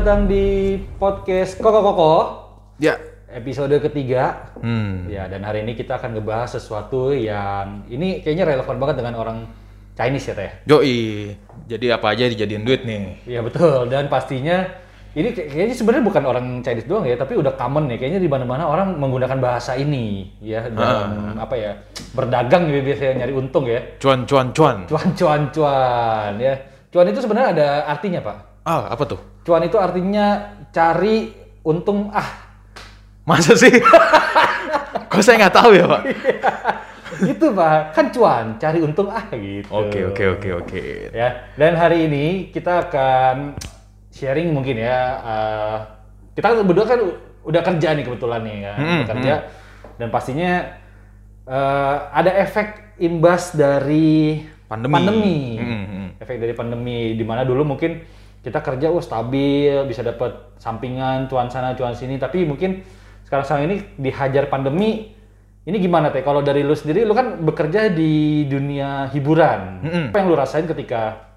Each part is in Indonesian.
datang di podcast Koko Koko. Ya. Episode ketiga. Ya, dan hari ini kita akan ngebahas sesuatu yang ini kayaknya relevan banget dengan orang Chinese ya, Teh. Yoi. Jadi apa aja dijadiin duit nih. Iya betul. Dan pastinya ini kayaknya sebenarnya bukan orang Chinese doang ya, tapi udah common ya. Kayaknya di mana-mana orang menggunakan bahasa ini ya dalam apa ya? Berdagang gitu biasanya nyari untung ya. Cuan. Cuan ya. Cuan itu sebenarnya ada artinya, Pak. Ah, apa tuh? Cuan itu artinya cari untung Masa sih? Kok saya nggak tahu ya, Pak? Itu, Pak. Kan cuan, cari untung gitu. Oke. Ya, dan hari ini kita akan sharing mungkin ya. Kita berdua kan udah kerja nih kebetulan nih kan. Kerja. Dan pastinya ada efek imbas dari pandemi. Efek dari pandemi di mana dulu mungkin kita kerja stabil, bisa dapat sampingan, cuan sana, cuan sini, tapi mungkin sekarang ini dihajar pandemi. Ini gimana Teh? Kalau dari lu sendiri, lu kan bekerja di dunia hiburan. Apa yang lu rasain ketika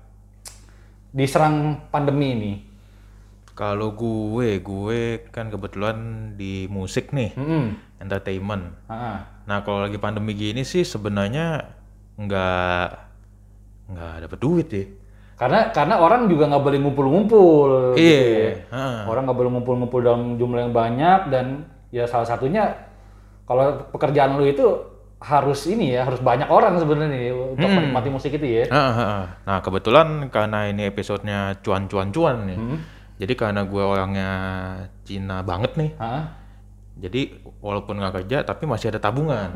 diserang pandemi ini? Kalau gue kan kebetulan di musik nih, entertainment. Nah, kalau lagi pandemi gini sih sebenarnya nggak dapet duit ya. Karena orang juga nggak boleh ngumpul-ngumpul. Iya. Gitu ya. Orang nggak boleh ngumpul-ngumpul dalam jumlah yang banyak, dan ya salah satunya kalau pekerjaan lu itu harus harus banyak orang sebenarnya nih untuk menikmati musik itu ya. Nah, kebetulan karena ini episodenya cuan nih. Jadi karena gue orangnya Cina banget nih. Jadi walaupun nggak kerja tapi masih ada tabungan.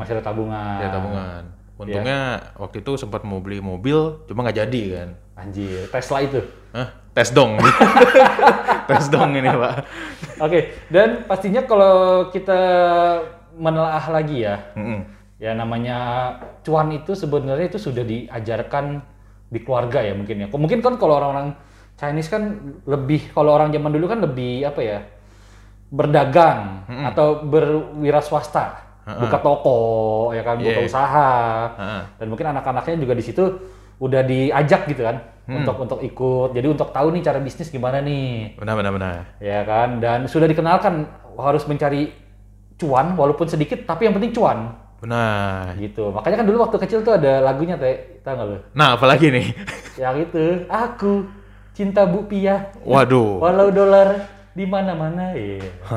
Untungnya waktu itu sempat mau beli mobil, cuma nggak jadi kan. Anjir, Tesla itu? Tes dong. Tes dong ini, Pak. Oke, dan pastinya kalau kita menelaah lagi ya, ya namanya cuan itu sebenarnya itu sudah diajarkan di keluarga ya mungkin ya. Mungkin kan kalau orang-orang Chinese kan lebih, kalau orang zaman dulu kan lebih apa ya, berdagang atau berwira swasta. Buka toko ya kan, buka usaha, dan mungkin anak-anaknya juga di situ udah diajak gitu kan untuk ikut, jadi untuk tahu nih cara bisnis gimana nih. Benar. Ya kan, dan sudah dikenalkan harus mencari cuan walaupun sedikit tapi yang penting cuan. Benar. Gitu, makanya kan dulu waktu kecil tuh ada lagunya Teh, tahu nggak lo? Nah, apalagi nih? Yang itu, aku cinta Bu Pia. Waduh. Walau dolar di mana-mana ya.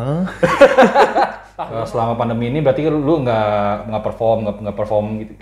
Selama pandemi ini berarti lu nggak perform gitu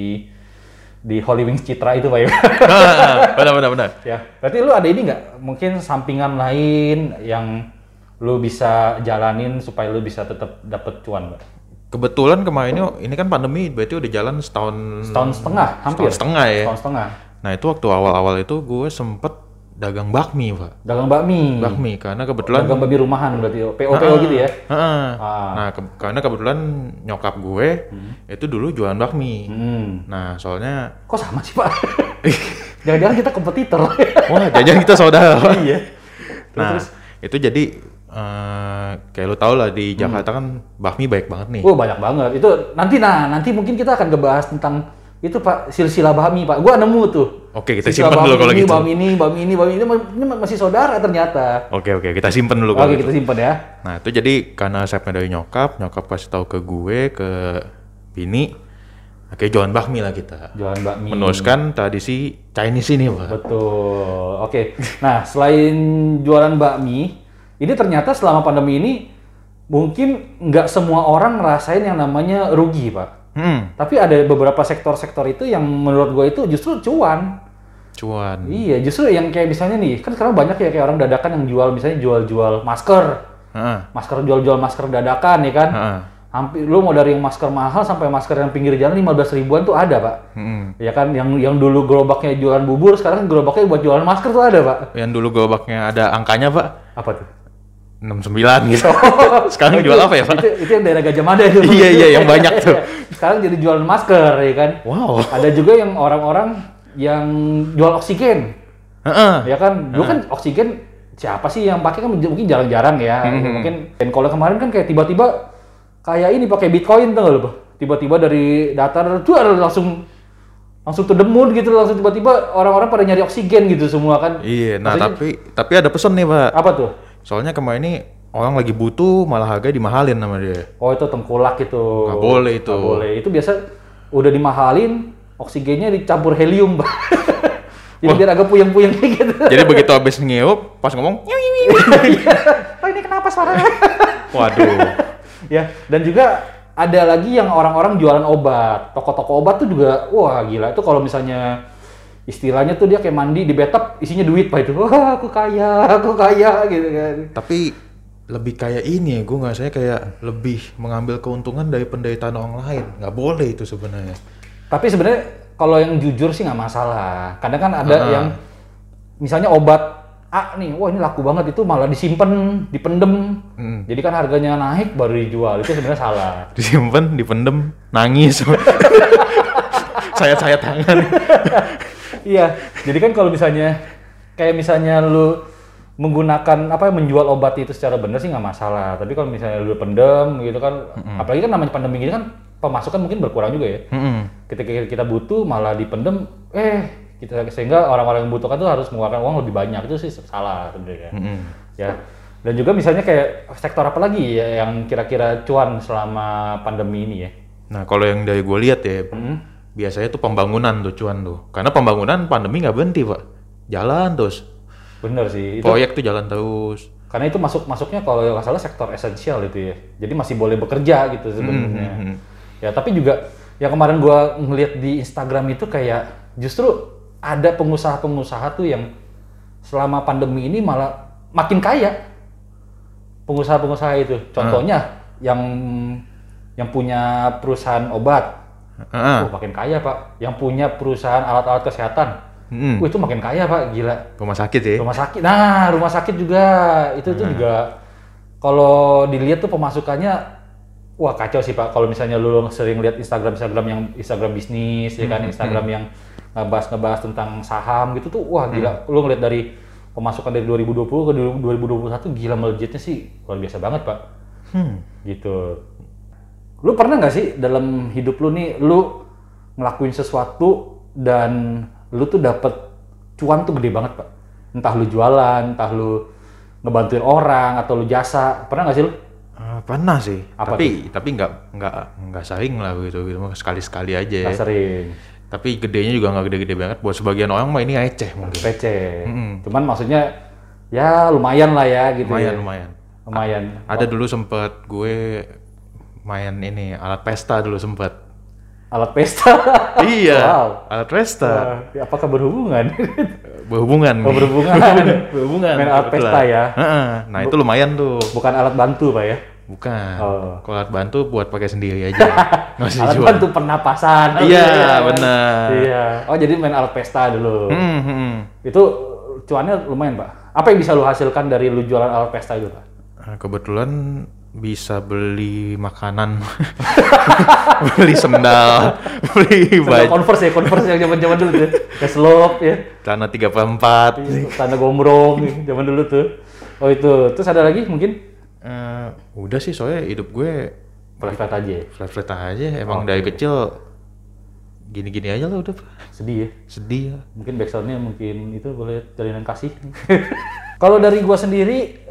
di Holy Wings Citra itu Pak ya? Benar. Ya, berarti lu ada ini nggak? Mungkin sampingan lain yang lu bisa jalanin supaya lu bisa tetap dapet cuan, Pak? Kebetulan kemarin ini kan pandemi, berarti udah jalan setahun setengah, hampir. Setahun setengah. Nah, itu waktu awal-awal itu gue sempet dagang bakmi, Pak. Dagang bakmi. Karena kebetulan dagang babi rumahan berarti PO gitu ya. Nah, karena kebetulan nyokap gue itu dulu jualan bakmi. Nah, soalnya kok sama sih, Pak? Jangan-jangan kita kompetitor. Wah, jangan kita saudara, Pak. Iya. Terus itu jadi kayak lu tau lah di Jakarta kan bakmi baik banget nih. Banyak banget. Itu nanti mungkin kita akan ngebahas tentang itu Pak, silsilah Bahmi Pak. Gua nemu tuh. Oke, kita simpen dulu kalau gitu. Bahmi ini masih saudara ternyata. Oke, kita simpen dulu. Oke, kita simpen ya. Nah, itu jadi karena resepnya dari nyokap kasih tahu ke gue, ke bini, akhirnya jualan bakmi lah kita. Jualan bakmi. Meneruskan tradisi Chinese ini, Pak. Betul. Oke. Nah, selain jualan bakmi, ini ternyata selama pandemi ini mungkin nggak semua orang ngerasain yang namanya rugi, Pak. Tapi ada beberapa sektor-sektor itu yang menurut gue itu justru cuan. Iya, justru yang kayak misalnya nih, kan sekarang banyak ya kayak orang dadakan yang jual, misalnya jual masker. Jual masker dadakan ya kan. Hampir lu mau dari yang masker mahal sampai masker yang pinggir jalan 15 ribuan tuh ada, Pak. Ya kan, yang dulu gerobaknya jualan bubur, sekarang gerobaknya buat jualan masker tuh ada, Pak. Yang dulu gerobaknya ada angkanya, Pak. Apa tuh? 69 gitu. Sekarang jual apa ya, Pak? Itu yang daerah Gajah Mada itu. Iya, yang banyak tuh. Sekarang jadi jualan masker ya kan. Wow. Ada juga yang orang-orang yang jual oksigen. Ya kan, dulu kan oksigen siapa sih yang pakai kan mungkin jarang-jarang ya. Mungkin, dan kalau kemarin kan kayak tiba-tiba kayak ini pakai Bitcoin tuh nggak lo, Pak? Tiba-tiba dari datar tuh langsung to the moon gitu, langsung tiba-tiba orang-orang pada nyari oksigen gitu semua kan. Iya, nah maksudnya, tapi ada pesan nih, Pak. Apa tuh? Soalnya kemarin ini orang lagi butuh malah harga dimahalin sama dia. Oh itu tengkulak itu. Nggak boleh itu. Nggak boleh. Itu biasa udah dimahalin, oksigennya dicampur helium, Pak. Jadi biar agak puyeng-puyeng gitu. Jadi begitu habis ngeup, pas ngomong, Oh ini kenapa suaranya? waduh. Ya, dan juga ada lagi yang orang-orang jualan obat. Toko-toko obat tuh juga, wah gila. Itu kalau misalnya istilahnya tuh dia kayak mandi di bathtub isinya duit, Pak itu. Wah, aku kaya gitu kan. Tapi lebih kayak ini ya, gue ngerasanya kayak lebih mengambil keuntungan dari penderitaan orang lain. Nggak boleh itu sebenarnya. Tapi sebenarnya kalau yang jujur sih nggak masalah. Kadang kan ada yang misalnya obat A nih, wah ini laku banget, itu malah disimpan, dipendem. Jadi kan harganya naik baru dijual. Itu sebenarnya salah. Disimpan, dipendem, nangis. Sayat-sayat tangan. Iya. Jadi kan kalau misalnya kayak misalnya lu menggunakan menjual obat itu secara benar sih nggak masalah. Tapi kalau misalnya lu pendem gitu kan, apalagi kan namanya pandemi gini kan pemasukan mungkin berkurang juga ya. Ketika kita butuh malah dipendem, sehingga orang-orang yang membutuhkan tuh harus mengeluarkan uang lebih banyak. Itu sih salah sebenarnya. Ya. Dan juga misalnya kayak sektor apa lagi ya yang kira-kira cuan selama pandemi ini ya? Nah kalau yang dari gue lihat ya, biasanya tuh pembangunan tuh cuan tuh. Karena pembangunan pandemi nggak berhenti, Pak. Jalan terus. Bener sih. Proyek tuh jalan terus. Karena itu masuknya kalau nggak salah sektor esensial itu ya. Jadi masih boleh bekerja gitu sebenarnya. Ya tapi juga yang kemarin gua ngeliat di Instagram itu kayak justru ada pengusaha-pengusaha tuh yang selama pandemi ini malah makin kaya. Pengusaha-pengusaha itu. Contohnya yang punya perusahaan obat. Makin kaya, Pak. Yang punya perusahaan alat-alat kesehatan. Itu makin kaya, Pak, gila. Rumah sakit ya? Rumah sakit. Nah, rumah sakit juga. Itu juga kalau dilihat tuh pemasukannya wah kacau sih, Pak. Kalau misalnya lu sering lihat Instagram yang Instagram bisnis ya kan, Instagram yang ngebahas tentang saham gitu tuh wah gila. Lu ngeliat dari pemasukan dari 2020 ke 2021 gila melejitnya sih. Luar biasa banget, Pak. Gitu. Lu pernah nggak sih dalam hidup lu nih lu ngelakuin sesuatu dan lu tuh dapet cuan tuh gede banget, Pak? Entah lu jualan, entah lu ngebantuin orang atau lu jasa, pernah nggak sih lu? Pernah sih. Apa tapi nggak sering lah gitu sekali-sekali aja ya. Nggak sering. Tapi gedenya juga nggak gede-gede banget. Buat sebagian orang mah ini receh mungkin. Receh. Cuman maksudnya ya lumayan lah ya gitu. Lumayan. Ada dulu sempet gue main ini alat pesta dulu sempet. Alat pesta? Iya, wow. Alat pesta. Apakah berhubungan? Berhubungan. Berhubungan. Main alat pesta ya? Nah itu lumayan tuh. Bukan alat bantu, Pak ya? Bukan. Kalau alat bantu buat pakai sendiri aja. Alat bantu pernapasan. Iya, benar. Iya. Oh jadi main alat pesta dulu. Itu cuannya lumayan, Pak. Apa yang bisa lu hasilkan dari lu jualan alat pesta itu, Pak? Kebetulan bisa beli makanan, beli sendal, beli baju. Converse yang zaman-zaman dulu tuh. Keslop ya. Celana 3/4. Celana gombrong zaman dulu tuh. Oh itu. Terus ada lagi mungkin? Udah sih soalnya hidup gue flat aja. Flat aja. Emang dari kecil gini-gini aja lah udah. Sedih ya? Sedih ya. Mungkin backsoundnya mungkin itu boleh jalinan kasih. Kalau dari gue sendiri,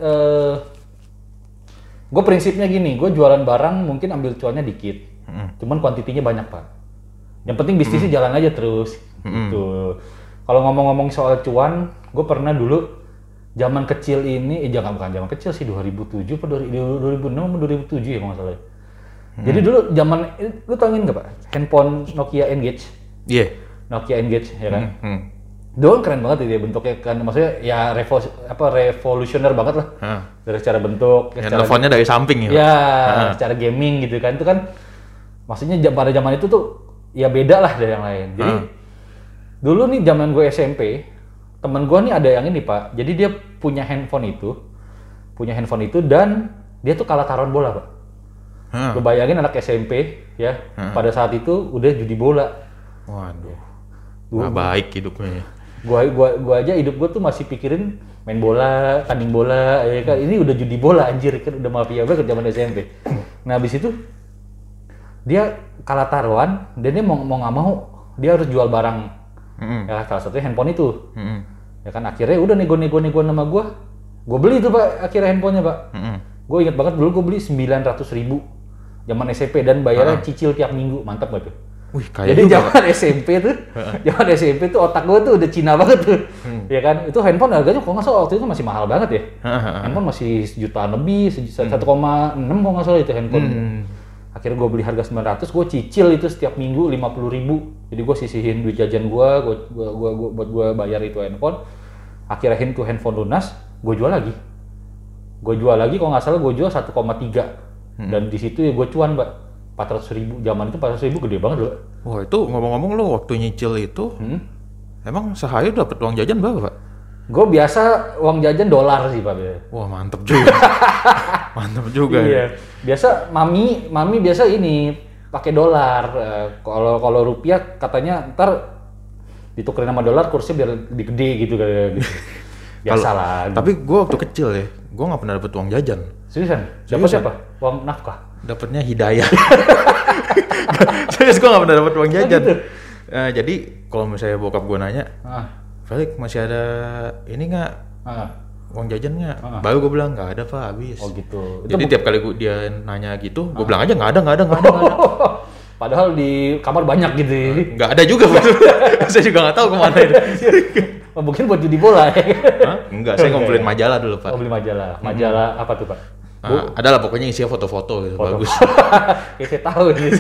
gue prinsipnya gini, gue jualan barang mungkin ambil cuannya dikit, cuman kuantitinya banyak, Pak. Yang penting bisnisnya jalan aja terus. Gitu. Kalau ngomong-ngomong soal cuan, gue pernah dulu zaman kecil ini, bukan zaman kecil sih, 2007 atau 2006 atau 2007 ya kalau nggak salah. Jadi dulu zaman, lu tau nggak, Pak? Handphone Nokia Engage. Iya. Nokia Engage ya kan. Dulu keren banget ya bentuknya kan, maksudnya ya revolusioner banget lah. Dari secara bentuk, teleponnya dari samping ya. Ya, secara gaming gitu kan. Itu kan maksudnya pada zaman itu tuh ya beda lah dari yang lain. Jadi dulu nih zaman gue SMP, temen gue nih ada yang ini, Pak. Jadi dia punya handphone itu dan dia tuh kalah taruhan bola, Pak. Lu bayangin anak SMP ya, pada saat itu udah judi bola. Waduh. Nggak baik hidupnya ya. Gua aja hidup gua tuh masih pikirin main bola, tanding bola, ya kan. Ini udah judi bola anjir, kan udah mafia banget zaman SMP. Nah, habis itu dia kalah taruhan dan dia mau nggak mau dia harus jual barang. Ya salah satunya handphone itu. Ya kan akhirnya udah nego sama gua. Gue beli tuh Pak, akhirnya handphonenya Pak. Gue inget banget dulu gue beli 900.000 zaman SMP dan bayarnya cicil tiap minggu, mantap gak tuh? Wih, kayak jadi zaman SMP tuh otak gue tuh udah Cina banget tuh, ya kan? Itu handphone harganya kalau nggak salah waktu itu masih mahal banget ya. Handphone masih sejutaan lebih, 1,6 kalau nggak salah itu handphone. Akhirnya gue beli harga 900, gue cicil itu setiap minggu 50.000. Jadi gue sisihin duit jajan gue buat gue bayar itu handphone. Akhirnya itu handphone lunas, gue jual lagi. Kalau nggak salah gue jual 1,3. Dan di situ ya gue cuan, Mbak. 400.000. Zaman itu 400.000 gede banget loh. Wah, itu ngomong-ngomong lo waktu nyicil itu, emang sehari dapat uang jajan berapa, Pak? Gue biasa uang jajan dolar sih, Pak. Wah, mantep juga. Mantep juga. Iya. Biasa mami biasa ini pakai dolar. Kalau rupiah katanya ntar ditukerin sama dolar kursnya biar lebih gede gitu kayak gitu. Biasalah. Tapi gue waktu kecil ya, gue nggak pernah dapet uang jajan. Seriusan? Dapat siapa? Uang nafkah? Dapatnya hidayah. Serius, gue nggak pernah dapet uang jajan. Oh, gitu? Jadi kalau misalnya bokap gue nanya, Felix masih ada ini nggak uang jajan nggak? Baru gue bilang nggak ada Pak, habis. Oh gitu. Jadi tiap kali dia nanya gitu, gue bilang aja nggak ada. Padahal di kamar banyak gitu. Nggak ada juga Pak. Saya juga nggak tahu kemana itu. Mungkin buat judi bola ya? Enggak, saya ngumpulin majalah dulu Pak. Oh, beli majalah. Majalah apa tuh Pak? Adalah pokoknya isinya foto-foto gitu, bagus. Ya, saya tahu gitu.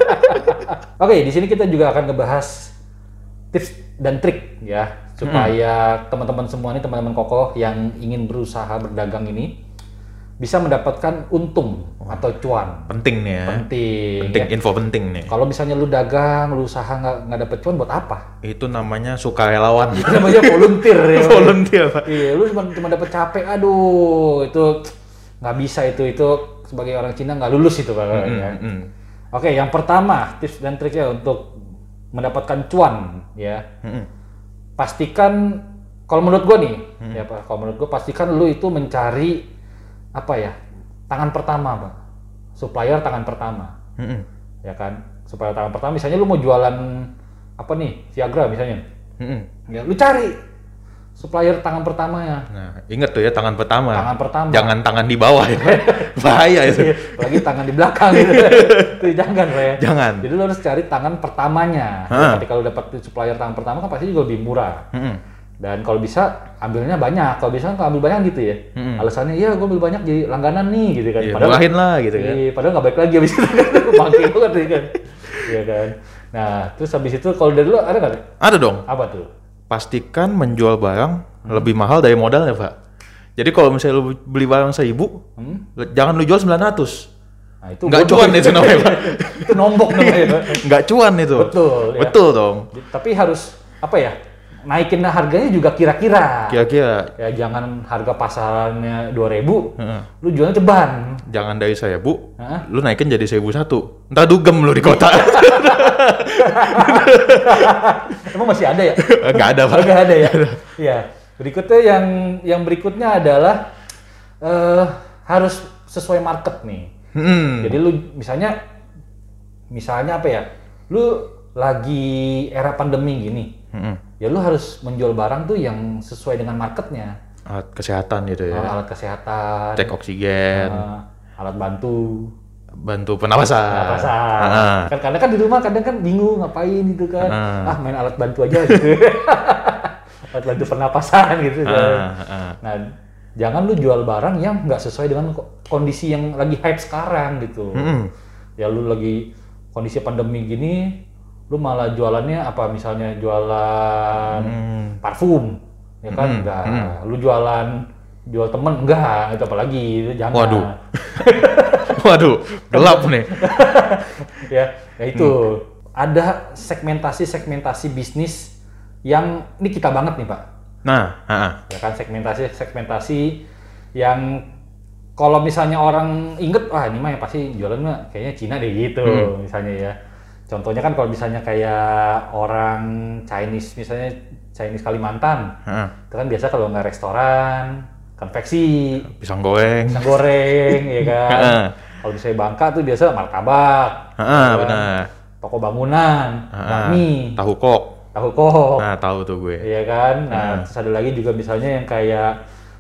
Oke, di sini kita juga akan ngebahas tips dan trik ya supaya teman-teman semua ini, teman-teman kokoh yang ingin berusaha berdagang ini bisa mendapatkan untung atau cuan. Penting nih ya. Penting ya. Info penting nih. Kalau misalnya lu dagang, lu usaha nggak dapet cuan, buat apa? Itu namanya sukarelawan. Itu namanya volunteer ya. Volunteer Pak. Iya, lu cuma dapat capek, aduh itu nggak bisa itu sebagai orang Cina nggak lulus itu Pak. Oke, yang pertama tips dan triknya untuk mendapatkan cuan ya. Pastikan, kalau menurut gua nih, ya Pak, kalau menurut gua pastikan lu itu mencari apa ya, tangan pertama Pak, supplier tangan pertama, ya kan, supplier tangan pertama. Misalnya lu mau jualan apa nih, Viagra misalnya, ya lu cari supplier tangan pertamanya. Nah, inget tuh ya, tangan pertama. Tangan pertama. Jangan tangan di bawah ya. Bahaya itu. Lagi tangan di belakang gitu. Itu jangan Pak ya. Jangan. Jadi lu harus cari tangan pertamanya. Ketika lu dapat supplier tangan pertama kan pasti juga lebih murah. Dan kalau bisa ambilnya banyak, kalau bisa kan ambil banyak gitu ya. Alasannya iya gue ambil banyak jadi langganan nih gitu kan. Iya, murahin lah gitu kan. Padahal nggak baik lagi habis itu kan. Bangkit banget ya kan. Iya kan. Nah terus habis itu kalau dari lu ada nggak? Ada dong. Apa tuh? Pastikan menjual barang lebih mahal dari modalnya Pak. Jadi kalau misalnya lu beli barang 1.000, jangan lu jual 900. Nah, itu nggak cuan itu namanya Pak. Itu nombok namanya. Nggak cuan itu. Betul. Ya. Betul dong. Tapi harus apa ya? Naikin harganya juga kira-kira. Ya jangan harga pasarannya 2.000, lu jualnya ceban. Jangan dari 1.000, lu naikin jadi 1.001. Ntar dugem lu di kota. Emang masih ada ya? Nggak ada Pak. Nggak ada ya? Iya. Berikutnya yang berikutnya adalah harus sesuai market nih. Jadi lu misalnya apa ya? Lu lagi era pandemi gini. Ya lu harus menjual barang tuh yang sesuai dengan marketnya. Alat kesehatan gitu ya. Alat kesehatan. Cek oksigen. Alat bantu pernapasan. Kan kadang kan di rumah kadang kan bingung ngapain gitu kan. Main alat bantu aja gitu. Alat bantu pernapasan gitu kan. Nah, jangan lu jual barang yang nggak sesuai dengan kondisi yang lagi hype sekarang gitu. Ya lu lagi kondisi pandemi gini, lu malah jualannya apa, misalnya jualan parfum ya kan, enggak. Lu jual temen, enggak, itu apalagi, itu jangan. Waduh gelap nih. Ya itu ada segmentasi bisnis yang ini kita banget nih Pak. Ya kan, segmentasi yang kalau misalnya orang inget, wah ini mah ya pasti jualannya kayaknya Cina deh gitu, misalnya ya. Contohnya kan kalau misalnya kayak orang Chinese, misalnya Chinese Kalimantan, itu kan biasa kalau nggak restoran, konveksi, pisang goreng, ya kan. Kalau misalnya Bangka tuh biasa martabak, benar. Toko bangunan, bakmi, tahu kok. Tahu kok. Nah, tahu tuh gue. Iya kan. Nah, terus ada lagi juga misalnya yang kayak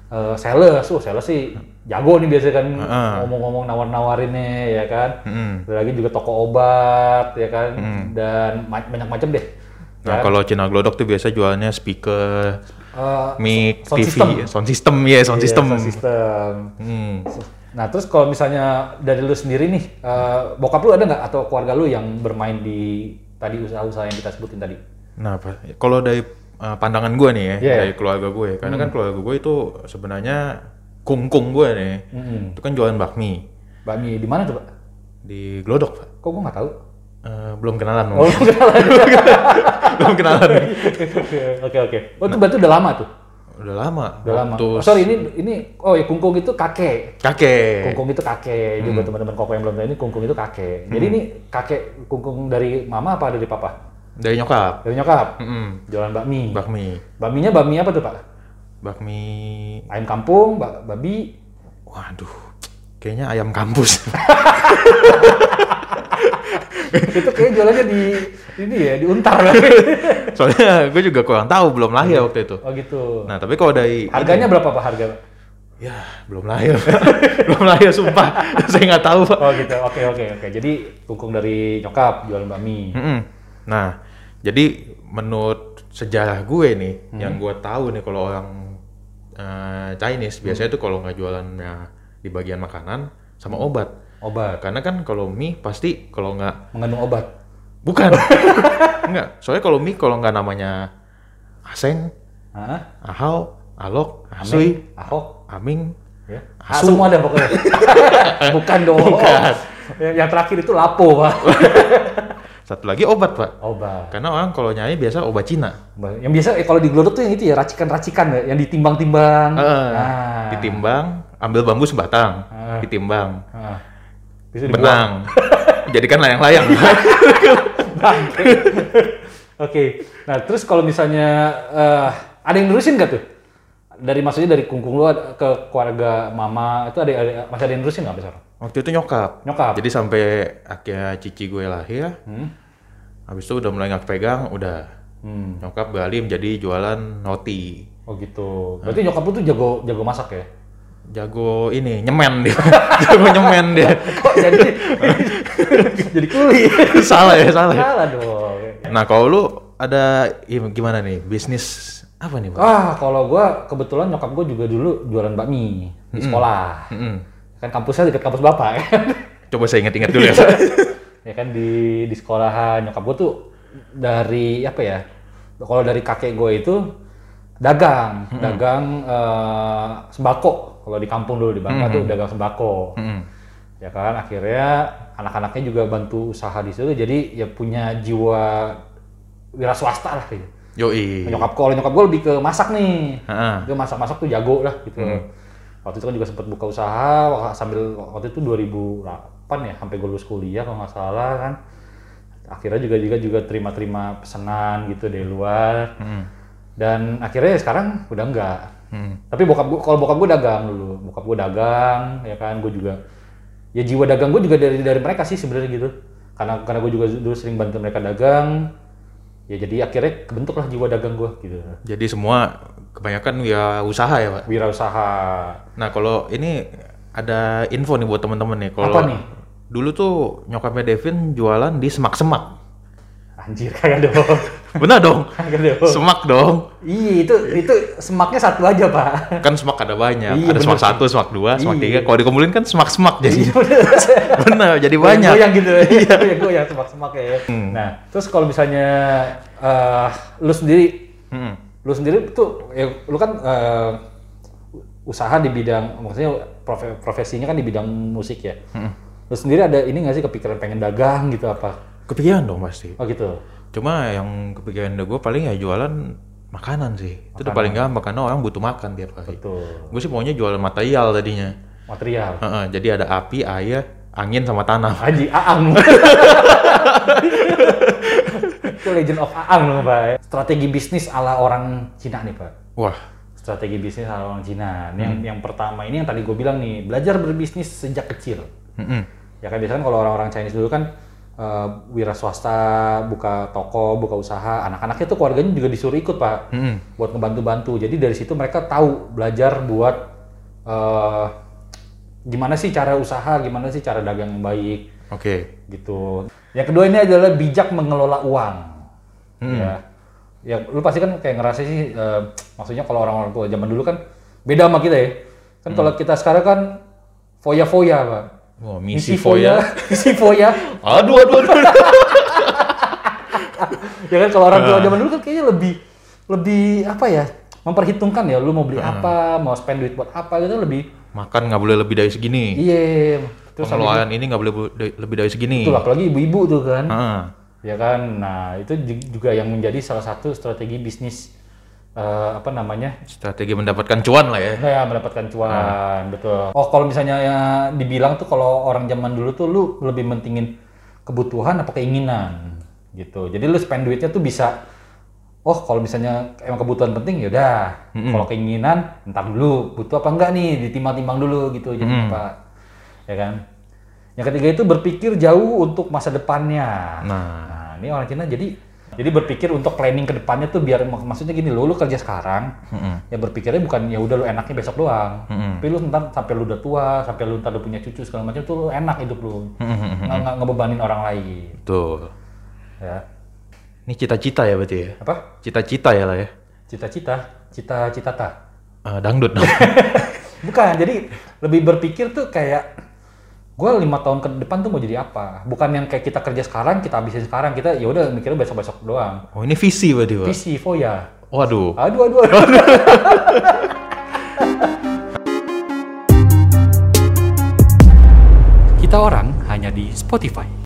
sales sih jago nih biasanya kan ngomong-ngomong nawar-nawarinnya ya kan. Lagi juga toko obat ya kan dan banyak macam deh. Nah kan? Kalau Cina Glodok tuh biasa jualnya speaker, mic, sound TV, system. sound system ya, sound system. Sound system. Nah terus kalau misalnya dari lu sendiri nih, bokap lu ada nggak atau keluarga lu yang bermain di tadi usaha-usaha yang kita sebutin tadi? Nah kalau dari pandangan gue nih ya, dari keluarga gue, karena kan keluarga gue itu sebenarnya kungkung gue nih, itu kan jualan bakmi. Bakmi di mana tuh Pak? Di Glodok Pak. Kok gue nggak tahu? Belum kenalan. Oh, belum kenalan. Belum kenalan. Oke. Oh itu berarti udah lama tuh? Udah lama. Oh, sorry ini ya kungkung itu kakek. Kungkung itu kakek. Juga teman-teman koko yang belum tahu ini kungkung itu kakek. Jadi ini kakek kungkung dari mama apa dari papa? Dari nyokap. Jualan bakmi. Bakminya bakmi apa tuh Pak? Bakmi ayam kampung, babi. Waduh, kayaknya ayam kampus. Itu kayak jualannya di Untar. Soalnya gue juga kurang tahu, belum lahir waktu itu. Oh gitu. Nah tapi kalau dari harganya berapa Pak harga? Ya belum lahir. Belum lahir sumpah. Saya nggak tahu Pak. Oh gitu. Oke. Jadi kungkung dari nyokap jualan bakmi. Nah jadi menurut sejarah gue nih, yang gue tahu nih kalau orang Chinese biasanya tuh kalau nggak jualannya di bagian makanan sama obat. Karena kan kalau mie pasti kalau nggak mengandung obat. Bukan. Enggak. Soalnya kalau mie kalau nggak namanya aseng, ahau, alok, asui, ahok, aming, ya. Semua ada pokoknya. Bukan dong. Bukan. Yang terakhir itu lapo Pak. Satu lagi obat Pak. Obat. Karena orang kalau nyari biasa obat Cina. Yang biasa kalau di Glodok tuh yang itu ya racikan-racikan ya, yang ditimbang-timbang. Ditimbang, ambil bambu sebatang, ditimbang. Benang. Jadikan layang-layang. Oke. Nah, terus kalau misalnya ada yang nerusin nggak tuh? Maksudnya dari kungkung lu ke keluarga mama itu masih ada yang nerusin nggak besar? Waktu itu nyokap. Jadi sampai akhirnya cici gue lahir. Habis itu udah mulai nggak pegang, udah. Nyokap beralih menjadi jualan roti. Oh gitu. Berarti nyokap lu tuh jago masak ya? Jago ini nyemen dia. Jago nyemen dia. Kok jadi kuli? Salah dong. Nah kalau lu ada gimana nih bisnis apa nih Pak? Kalau gua kebetulan nyokap gua juga dulu jualan bakmi di sekolah. Kan kampusnya dekat kampus bapak kan. Coba saya ingat-ingat dulu ya. Ya kan di sekolahan nyokap gua tuh dari apa ya? Kalau dari kakek gua itu dagang sembako. Kalau di kampung dulu di Bangka tuh dagang sembako. Ya kan akhirnya anak-anaknya juga bantu usaha di situ jadi ya punya jiwa wira swasta lah gitu. Yoi. Kalau nyokap gue lebih ke masak nih. Dia masak tuh jago lah gitu. Waktu itu kan juga sempat buka usaha sambil waktu itu 2008 ya sampai gue lulus kuliah kalau nggak salah kan. Akhirnya juga terima pesanan gitu dari luar. Dan akhirnya sekarang udah enggak. Tapi kalau bokap gue dagang dulu. Bokap gue dagang ya kan, gue juga ya jiwa dagang gue juga dari mereka sih sebenarnya gitu. Karena gue juga dulu sering bantu mereka dagang. Ya jadi akhirnya kebentuklah jiwa dagang gue gitu. Jadi semua kebanyakan usaha ya Pak? Wirausaha. Nah kalau ini ada info nih buat teman-teman nih. Kalau dulu tuh nyokapnya Devin jualan di semak-semak. Anjir kagak dong. Benar dong? Semak dong. Iya itu semaknya satu aja Pak. Kan semak ada banyak. Iya, ada semak 1, semak 2, semak 3. Kalau dikumpulin kan semak-semak jadi. Benar jadi banyak. Goyang gitu. Iya goyang semak-semak ya. Nah terus kalau misalnya lu sendiri tuh ya, lu kan usaha di bidang maksudnya profesinya kan di bidang musik ya. Lu sendiri ada ini nggak sih kepikiran pengen dagang gitu apa? Kepikiran dong pasti. Oh gitu. Cuma yang kepikiran gue paling ya jualan makanan sih. Itu udah paling gampang karena orang butuh makan tiap hari. Betul. Gue sih maunya jualan material tadinya. Material? Jadi ada api, air, angin sama tanah. Haji Aang. Itu Legend of Aang loh Pak. Strategi bisnis ala orang Cina nih Pak. Wah. Strategi bisnis ala orang Cina. Yang pertama ini yang tadi gue bilang nih, belajar berbisnis sejak kecil. Ya kan biasanya kalau orang-orang Chinese dulu kan wira swasta, buka toko, buka usaha, anak-anaknya tuh keluarganya juga disuruh ikut Pak, buat ngebantu-bantu. Jadi dari situ mereka tahu belajar buat gimana sih cara usaha, gimana sih cara dagang yang baik. Oke. Gitu. Yang kedua ini adalah bijak mengelola uang. Ya, lu pasti kan kayak ngerasa sih, maksudnya kalau orang-orang tua zaman dulu kan beda sama kita ya. Kan kalau kita sekarang kan foya-foya Pak. Wah, misi foya. Misi foya. Aduh. Ya kan kalau orang tua zaman dulu kan kayaknya lebih apa ya, memperhitungkan ya, lu mau beli apa, mau spend duit buat apa gitu, lebih makan nggak boleh lebih dari segini. Iya. Terus pengeluaran ini nggak boleh lebih dari segini. Betul, apalagi ibu-ibu tuh kan. Ya kan. Nah, itu juga yang menjadi salah satu strategi bisnis strategi mendapatkan cuan lah ya. Ya, mendapatkan cuan, betul. Oh, kalau misalnya ya, dibilang tuh kalau orang zaman dulu tuh lu lebih mentingin kebutuhan apa keinginan gitu. Jadi lu spend duitnya tuh bisa, kalau misalnya emang kebutuhan penting ya udah. Kalau keinginan entar dulu, butuh apa enggak nih, ditimbang-timbang dulu gitu. Jadi Pak, ya kan. Yang ketiga itu berpikir jauh untuk masa depannya. Nah, ini orang Cina jadi berpikir untuk planning ke depannya tuh biar, maksudnya gini, lu kerja sekarang, ya berpikirnya bukan ya udah lu enaknya besok doang. Tapi lu ntar sampai lu udah tua, sampai lu ntar udah punya cucu segala macam tuh lu enak hidup lu. Nggak ngebebanin orang lain. Betul. Ya. Ini cita-cita ya berarti ya? Apa? Cita-cita ya lah ya? Cita-cita. Dangdut. Bukan, jadi lebih berpikir tuh kayak gue 5 tahun ke depan tuh mau jadi apa? Bukan yang kayak kita kerja sekarang, kita habisin sekarang, kita ya udah mikirnya besok-besok doang. Oh, ini visi berarti, Pak? Visi, foya. Waduh. Aduh. Kita orang hanya di Spotify.